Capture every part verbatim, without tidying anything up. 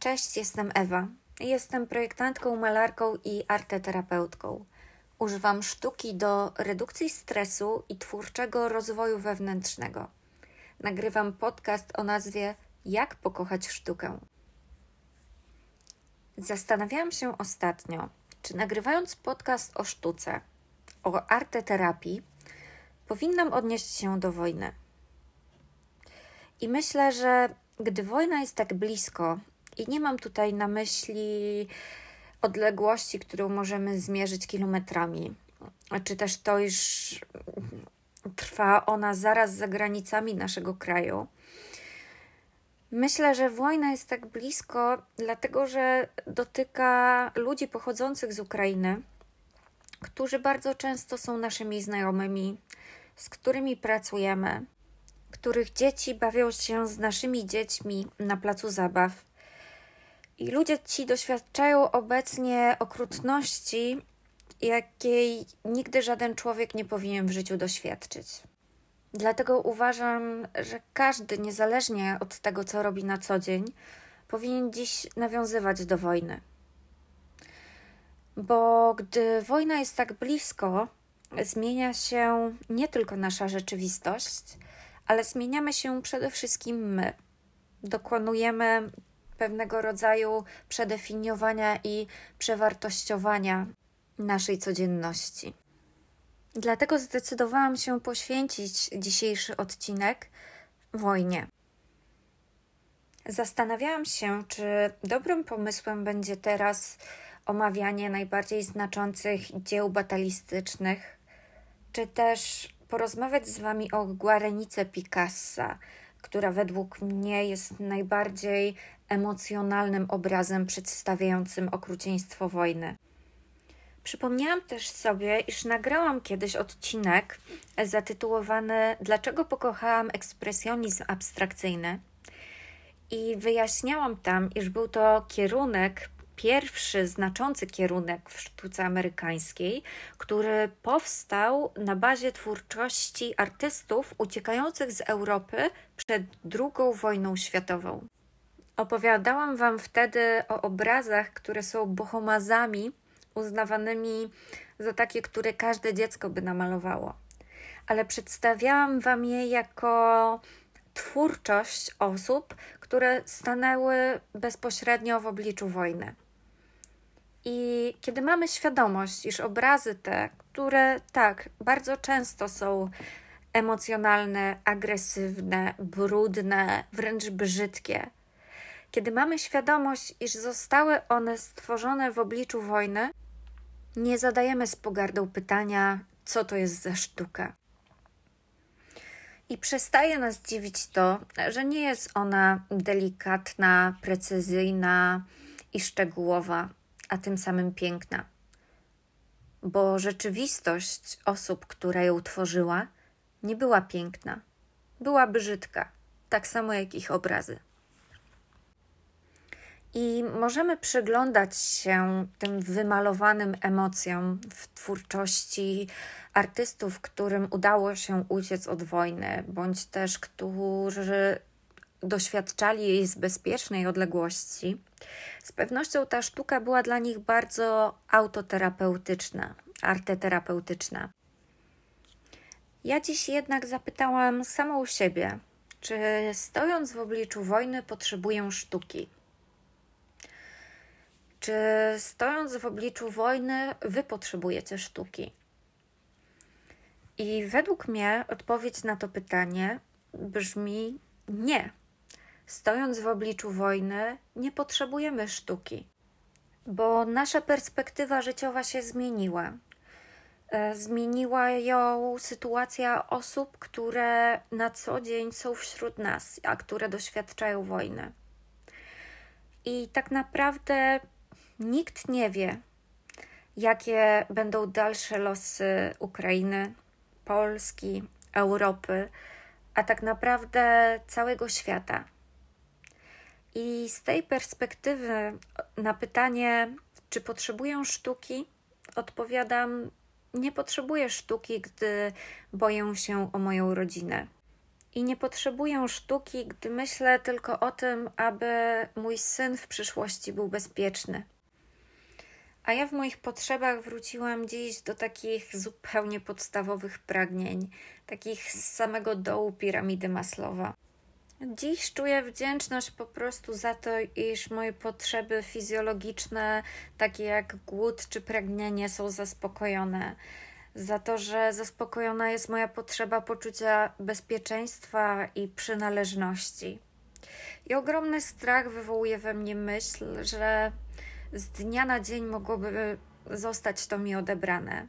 Cześć, jestem Ewa. Jestem projektantką, malarką i arteterapeutką. Używam sztuki do redukcji stresu i twórczego rozwoju wewnętrznego. Nagrywam podcast o nazwie Jak pokochać sztukę. Zastanawiałam się ostatnio, czy nagrywając podcast o sztuce, o arteterapii, powinnam odnieść się do wojny. I myślę, że gdy wojna jest tak blisko, i nie mam tutaj na myśli odległości, którą możemy zmierzyć kilometrami, czy też to, iż trwa ona zaraz za granicami naszego kraju. Myślę, że wojna jest tak blisko, dlatego że dotyka ludzi pochodzących z Ukrainy, którzy bardzo często są naszymi znajomymi, z którymi pracujemy, których dzieci bawią się z naszymi dziećmi na placu zabaw. I ludzie ci doświadczają obecnie okrutności, jakiej nigdy żaden człowiek nie powinien w życiu doświadczyć. Dlatego uważam, że każdy, niezależnie od tego, co robi na co dzień, powinien dziś nawiązywać do wojny. Bo gdy wojna jest tak blisko, zmienia się nie tylko nasza rzeczywistość, ale zmieniamy się przede wszystkim my. Dokonujemy pewnego rodzaju przedefiniowania i przewartościowania naszej codzienności. Dlatego zdecydowałam się poświęcić dzisiejszy odcinek wojnie. Zastanawiałam się, czy dobrym pomysłem będzie teraz omawianie najbardziej znaczących dzieł batalistycznych, czy też porozmawiać z Wami o Guarenice Picassa, która według mnie jest najbardziej emocjonalnym obrazem przedstawiającym okrucieństwo wojny. Przypomniałam też sobie, iż nagrałam kiedyś odcinek zatytułowany Dlaczego pokochałam ekspresjonizm abstrakcyjny i wyjaśniałam tam, iż był to kierunek, pierwszy znaczący kierunek w sztuce amerykańskiej, który powstał na bazie twórczości artystów uciekających z Europy przed drugą wojną światową. Opowiadałam Wam wtedy o obrazach, które są bohomazami uznawanymi za takie, które każde dziecko by namalowało. Ale przedstawiałam Wam je jako twórczość osób, które stanęły bezpośrednio w obliczu wojny. I kiedy mamy świadomość, iż obrazy te, które tak, bardzo często są emocjonalne, agresywne, brudne, wręcz brzydkie, kiedy mamy świadomość, iż zostały one stworzone w obliczu wojny, nie zadajemy z pogardą pytania, co to jest za sztuka. I przestaje nas dziwić to, że nie jest ona delikatna, precyzyjna i szczegółowa, a tym samym piękna. Bo rzeczywistość osób, która ją tworzyła, nie była piękna. Była brzydka, tak samo jak ich obrazy. I możemy przyglądać się tym wymalowanym emocjom w twórczości artystów, którym udało się uciec od wojny, bądź też którzy doświadczali jej z bezpiecznej odległości. Z pewnością ta sztuka była dla nich bardzo autoterapeutyczna, arteterapeutyczna. Ja dziś jednak zapytałam samą siebie, czy stojąc w obliczu wojny potrzebuję sztuki? Czy stojąc w obliczu wojny wy potrzebujecie sztuki? I według mnie odpowiedź na to pytanie brzmi nie. Stojąc w obliczu wojny nie potrzebujemy sztuki, bo nasza perspektywa życiowa się zmieniła. Zmieniła ją sytuacja osób, które na co dzień są wśród nas, a które doświadczają wojny. I tak naprawdę nikt nie wie, jakie będą dalsze losy Ukrainy, Polski, Europy, a tak naprawdę całego świata. I z tej perspektywy na pytanie, czy potrzebuję sztuki, odpowiadam, nie potrzebuję sztuki, gdy boję się o moją rodzinę. I nie potrzebuję sztuki, gdy myślę tylko o tym, aby mój syn w przyszłości był bezpieczny. A ja w moich potrzebach wróciłam dziś do takich zupełnie podstawowych pragnień, takich z samego dołu piramidy Maslowa. Dziś czuję wdzięczność po prostu za to, iż moje potrzeby fizjologiczne, takie jak głód czy pragnienie, są zaspokojone. Za to, że zaspokojona jest moja potrzeba poczucia bezpieczeństwa i przynależności. I ogromny strach wywołuje we mnie myśl, że z dnia na dzień mogłoby zostać to mi odebrane.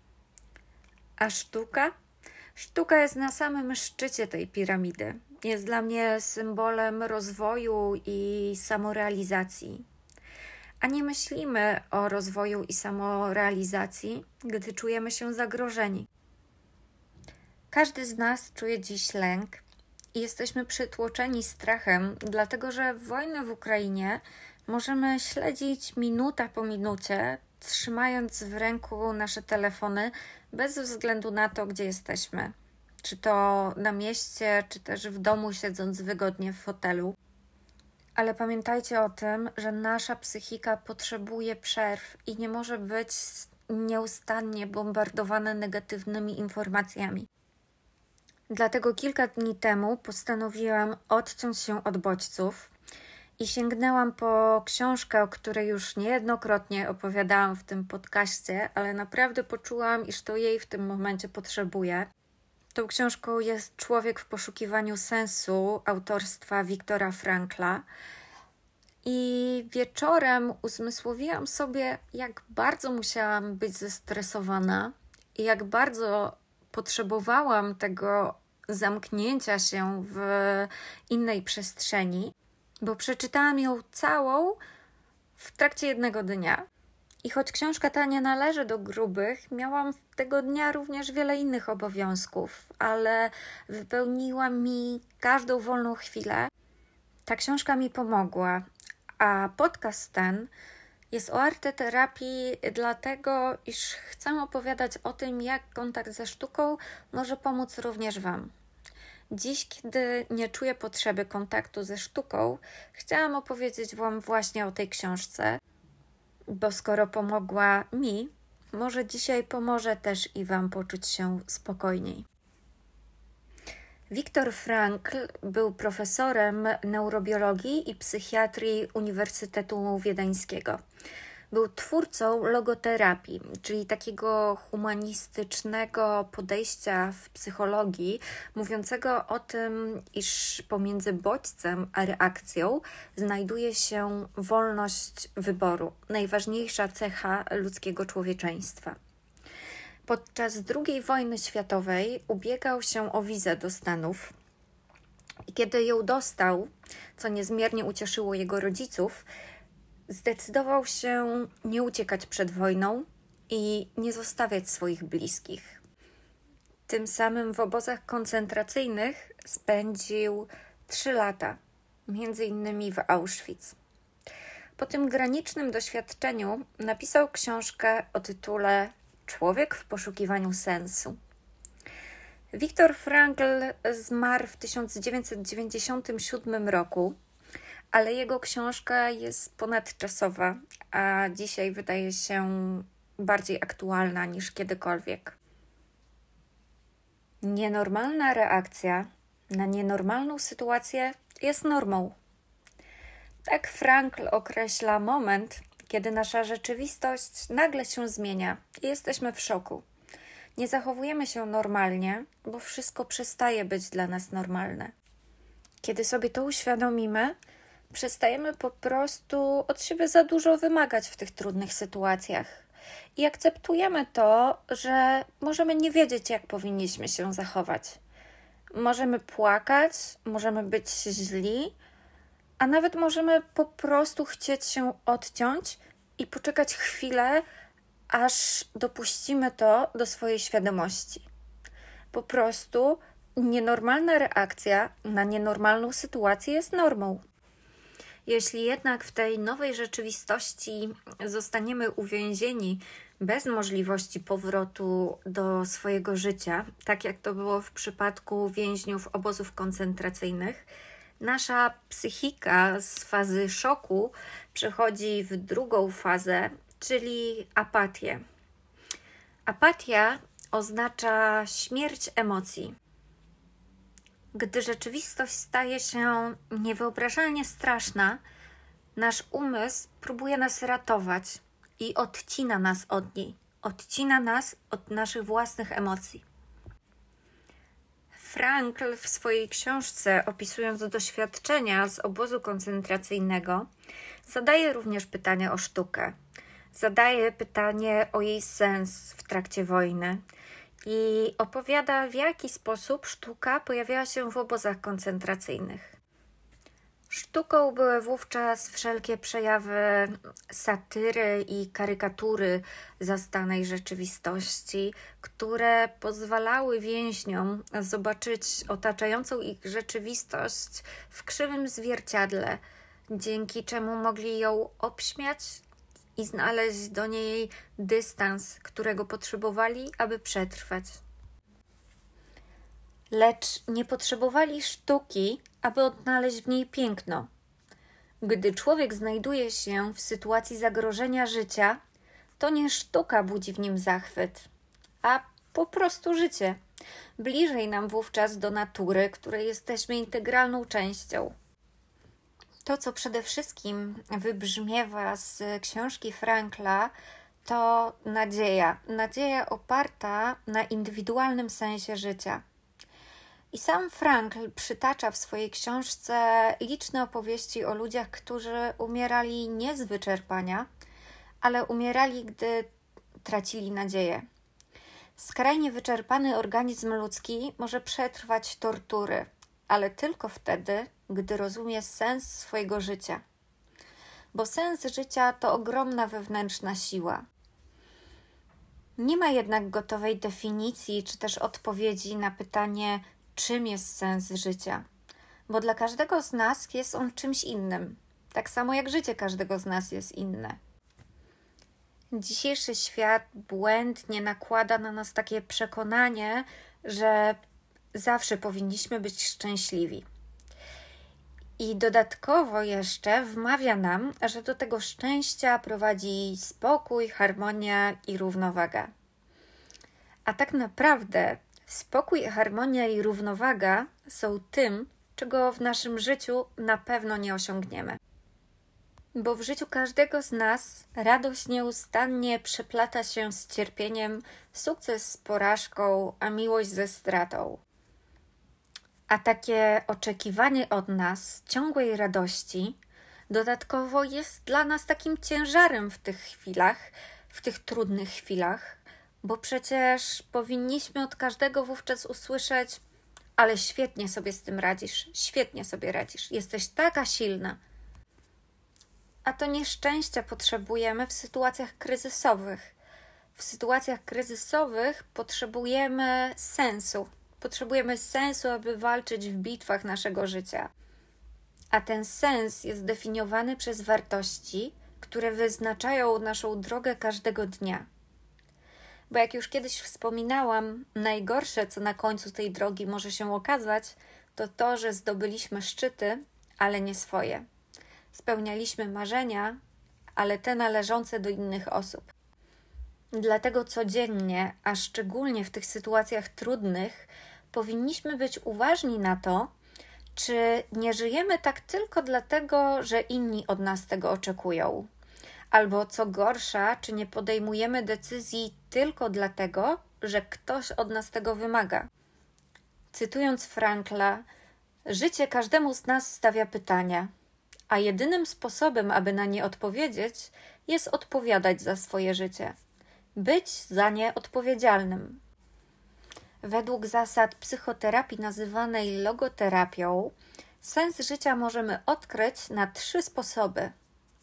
A sztuka? Sztuka jest na samym szczycie tej piramidy. Jest dla mnie symbolem rozwoju i samorealizacji. A nie myślimy o rozwoju i samorealizacji, gdy czujemy się zagrożeni. Każdy z nas czuje dziś lęk i jesteśmy przytłoczeni strachem, dlatego że wojnę w Ukrainie możemy śledzić minuta po minucie, trzymając w ręku nasze telefony bez względu na to, gdzie jesteśmy. Czy to na mieście, czy też w domu, siedząc wygodnie w fotelu. Ale pamiętajcie o tym, że nasza psychika potrzebuje przerw i nie może być nieustannie bombardowana negatywnymi informacjami. Dlatego kilka dni temu postanowiłam odciąć się od bodźców i sięgnęłam po książkę, o której już niejednokrotnie opowiadałam w tym podcaście, ale naprawdę poczułam, iż to jej w tym momencie potrzebuję. Tą książką jest Człowiek w poszukiwaniu sensu autorstwa Wiktora Frankla. I wieczorem uzmysłowiłam sobie, jak bardzo musiałam być zestresowana i jak bardzo potrzebowałam tego zamknięcia się w innej przestrzeni, bo przeczytałam ją całą w trakcie jednego dnia. I choć książka ta nie należy do grubych, miałam tego dnia również wiele innych obowiązków, ale wypełniła mi każdą wolną chwilę. Ta książka mi pomogła, a podcast ten jest o arteterapii dlatego, iż chcę opowiadać o tym, jak kontakt ze sztuką może pomóc również Wam. Dziś, kiedy nie czuję potrzeby kontaktu ze sztuką, chciałam opowiedzieć Wam właśnie o tej książce, bo skoro pomogła mi, może dzisiaj pomoże też i Wam poczuć się spokojniej. Viktor Frankl był profesorem neurobiologii i psychiatrii Uniwersytetu Wiedeńskiego. Był twórcą logoterapii, czyli takiego humanistycznego podejścia w psychologii, mówiącego o tym, iż pomiędzy bodźcem a reakcją znajduje się wolność wyboru, najważniejsza cecha ludzkiego człowieczeństwa. Podczas drugiej wojny światowej ubiegał się o wizę do Stanów i kiedy ją dostał, co niezmiernie ucieszyło jego rodziców, zdecydował się nie uciekać przed wojną i nie zostawiać swoich bliskich. Tym samym w obozach koncentracyjnych spędził trzy lata, między innymi w Auschwitz. Po tym granicznym doświadczeniu napisał książkę o tytule Człowiek w poszukiwaniu sensu. Viktor Frankl zmarł w tysiąc dziewięćset dziewięćdziesiątym siódmym roku, ale jego książka jest ponadczasowa, a dzisiaj wydaje się bardziej aktualna niż kiedykolwiek. Nienormalna reakcja na nienormalną sytuację jest normą. Tak Frankl określa moment, kiedy nasza rzeczywistość nagle się zmienia i jesteśmy w szoku. Nie zachowujemy się normalnie, bo wszystko przestaje być dla nas normalne. Kiedy sobie to uświadomimy, przestajemy po prostu od siebie za dużo wymagać w tych trudnych sytuacjach i akceptujemy to, że możemy nie wiedzieć, jak powinniśmy się zachować. Możemy płakać, możemy być źli, a nawet możemy po prostu chcieć się odciąć i poczekać chwilę, aż dopuścimy to do swojej świadomości. Po prostu nienormalna reakcja na nienormalną sytuację jest normą. Jeśli jednak w tej nowej rzeczywistości zostaniemy uwięzieni bez możliwości powrotu do swojego życia, tak jak to było w przypadku więźniów obozów koncentracyjnych, nasza psychika z fazy szoku przechodzi w drugą fazę, czyli apatię. Apatia oznacza śmierć emocji. Gdy rzeczywistość staje się niewyobrażalnie straszna, nasz umysł próbuje nas ratować i odcina nas od niej, odcina nas od naszych własnych emocji. Frankl w swojej książce, opisując doświadczenia z obozu koncentracyjnego, zadaje również pytanie o sztukę. Zadaje pytanie o jej sens w trakcie wojny i opowiada, w jaki sposób sztuka pojawiała się w obozach koncentracyjnych. Sztuką były wówczas wszelkie przejawy satyry i karykatury zastanej rzeczywistości, które pozwalały więźniom zobaczyć otaczającą ich rzeczywistość w krzywym zwierciadle, dzięki czemu mogli ją obśmiać i znaleźć do niej dystans, którego potrzebowali, aby przetrwać. Lecz nie potrzebowali sztuki, aby odnaleźć w niej piękno. Gdy człowiek znajduje się w sytuacji zagrożenia życia, to nie sztuka budzi w nim zachwyt, a po prostu życie. Bliżej nam wówczas do natury, której jesteśmy integralną częścią. To, co przede wszystkim wybrzmiewa z książki Frankla, to nadzieja. Nadzieja oparta na indywidualnym sensie życia. I sam Frankl przytacza w swojej książce liczne opowieści o ludziach, którzy umierali nie z wyczerpania, ale umierali, gdy tracili nadzieję. Skrajnie wyczerpany organizm ludzki może przetrwać tortury, ale tylko wtedy, gdy rozumie sens swojego życia. Bo sens życia to ogromna wewnętrzna siła. Nie ma jednak gotowej definicji czy też odpowiedzi na pytanie, czym jest sens życia, bo dla każdego z nas jest on czymś innym, tak samo jak życie każdego z nas jest inne. Dzisiejszy świat błędnie nakłada na nas takie przekonanie, że zawsze powinniśmy być szczęśliwi. I dodatkowo jeszcze wmawia nam, że do tego szczęścia prowadzi spokój, harmonia i równowaga. A tak naprawdę spokój, harmonia i równowaga są tym, czego w naszym życiu na pewno nie osiągniemy. Bo w życiu każdego z nas radość nieustannie przeplata się z cierpieniem, sukces z porażką, a miłość ze stratą. A takie oczekiwanie od nas ciągłej radości dodatkowo jest dla nas takim ciężarem w tych chwilach, w tych trudnych chwilach, bo przecież powinniśmy od każdego wówczas usłyszeć: ale świetnie sobie z tym radzisz, świetnie sobie radzisz, jesteś taka silna. A to nieszczęścia potrzebujemy w sytuacjach kryzysowych. W sytuacjach kryzysowych potrzebujemy sensu. Potrzebujemy sensu, aby walczyć w bitwach naszego życia. A ten sens jest definiowany przez wartości, które wyznaczają naszą drogę każdego dnia. Bo jak już kiedyś wspominałam, najgorsze, co na końcu tej drogi może się okazać, to to, że zdobyliśmy szczyty, ale nie swoje. Spełnialiśmy marzenia, ale te należące do innych osób. Dlatego codziennie, a szczególnie w tych sytuacjach trudnych, powinniśmy być uważni na to, czy nie żyjemy tak tylko dlatego, że inni od nas tego oczekują. Albo co gorsza, czy nie podejmujemy decyzji tylko dlatego, że ktoś od nas tego wymaga. Cytując Frankla, życie każdemu z nas stawia pytania, a jedynym sposobem, aby na nie odpowiedzieć, jest odpowiadać za swoje życie. Być za nie odpowiedzialnym. Według zasad psychoterapii nazywanej logoterapią, sens życia możemy odkryć na trzy sposoby.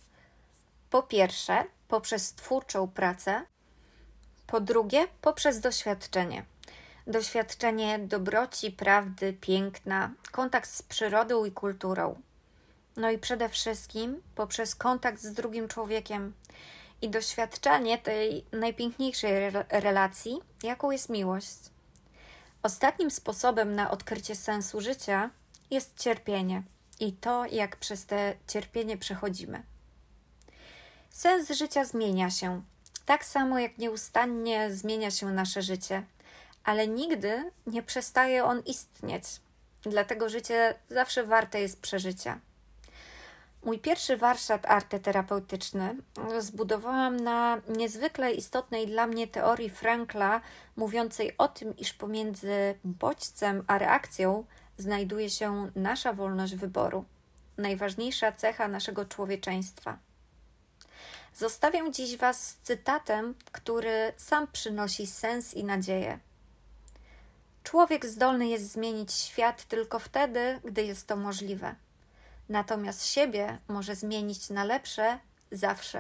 Po pierwsze, poprzez twórczą pracę. Po drugie, poprzez doświadczenie. Doświadczenie dobroci, prawdy, piękna, kontakt z przyrodą i kulturą. No i przede wszystkim poprzez kontakt z drugim człowiekiem. i doświadczanie tej najpiękniejszej re- relacji, jaką jest miłość. Ostatnim sposobem na odkrycie sensu życia jest cierpienie i to, jak przez te cierpienie przechodzimy. Sens życia zmienia się, tak samo jak nieustannie zmienia się nasze życie, ale nigdy nie przestaje on istnieć. Dlatego życie zawsze warte jest przeżycia. Mój pierwszy warsztat arteterapeutyczny zbudowałam na niezwykle istotnej dla mnie teorii Frankla, mówiącej o tym, iż pomiędzy bodźcem a reakcją znajduje się nasza wolność wyboru, najważniejsza cecha naszego człowieczeństwa. Zostawię dziś Was z cytatem, który sam przynosi sens i nadzieję. Człowiek zdolny jest zmienić świat tylko wtedy, gdy jest to możliwe. Natomiast siebie może zmienić na lepsze zawsze.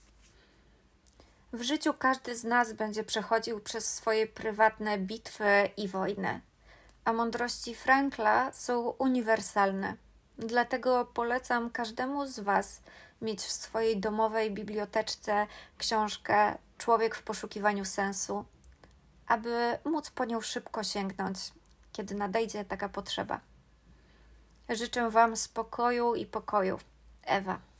W życiu każdy z nas będzie przechodził przez swoje prywatne bitwy i wojny, a mądrości Frankla są uniwersalne. Dlatego polecam każdemu z Was mieć w swojej domowej biblioteczce książkę Człowiek w poszukiwaniu sensu, aby móc po nią szybko sięgnąć, kiedy nadejdzie taka potrzeba. Życzę Wam spokoju i pokoju. Ewa.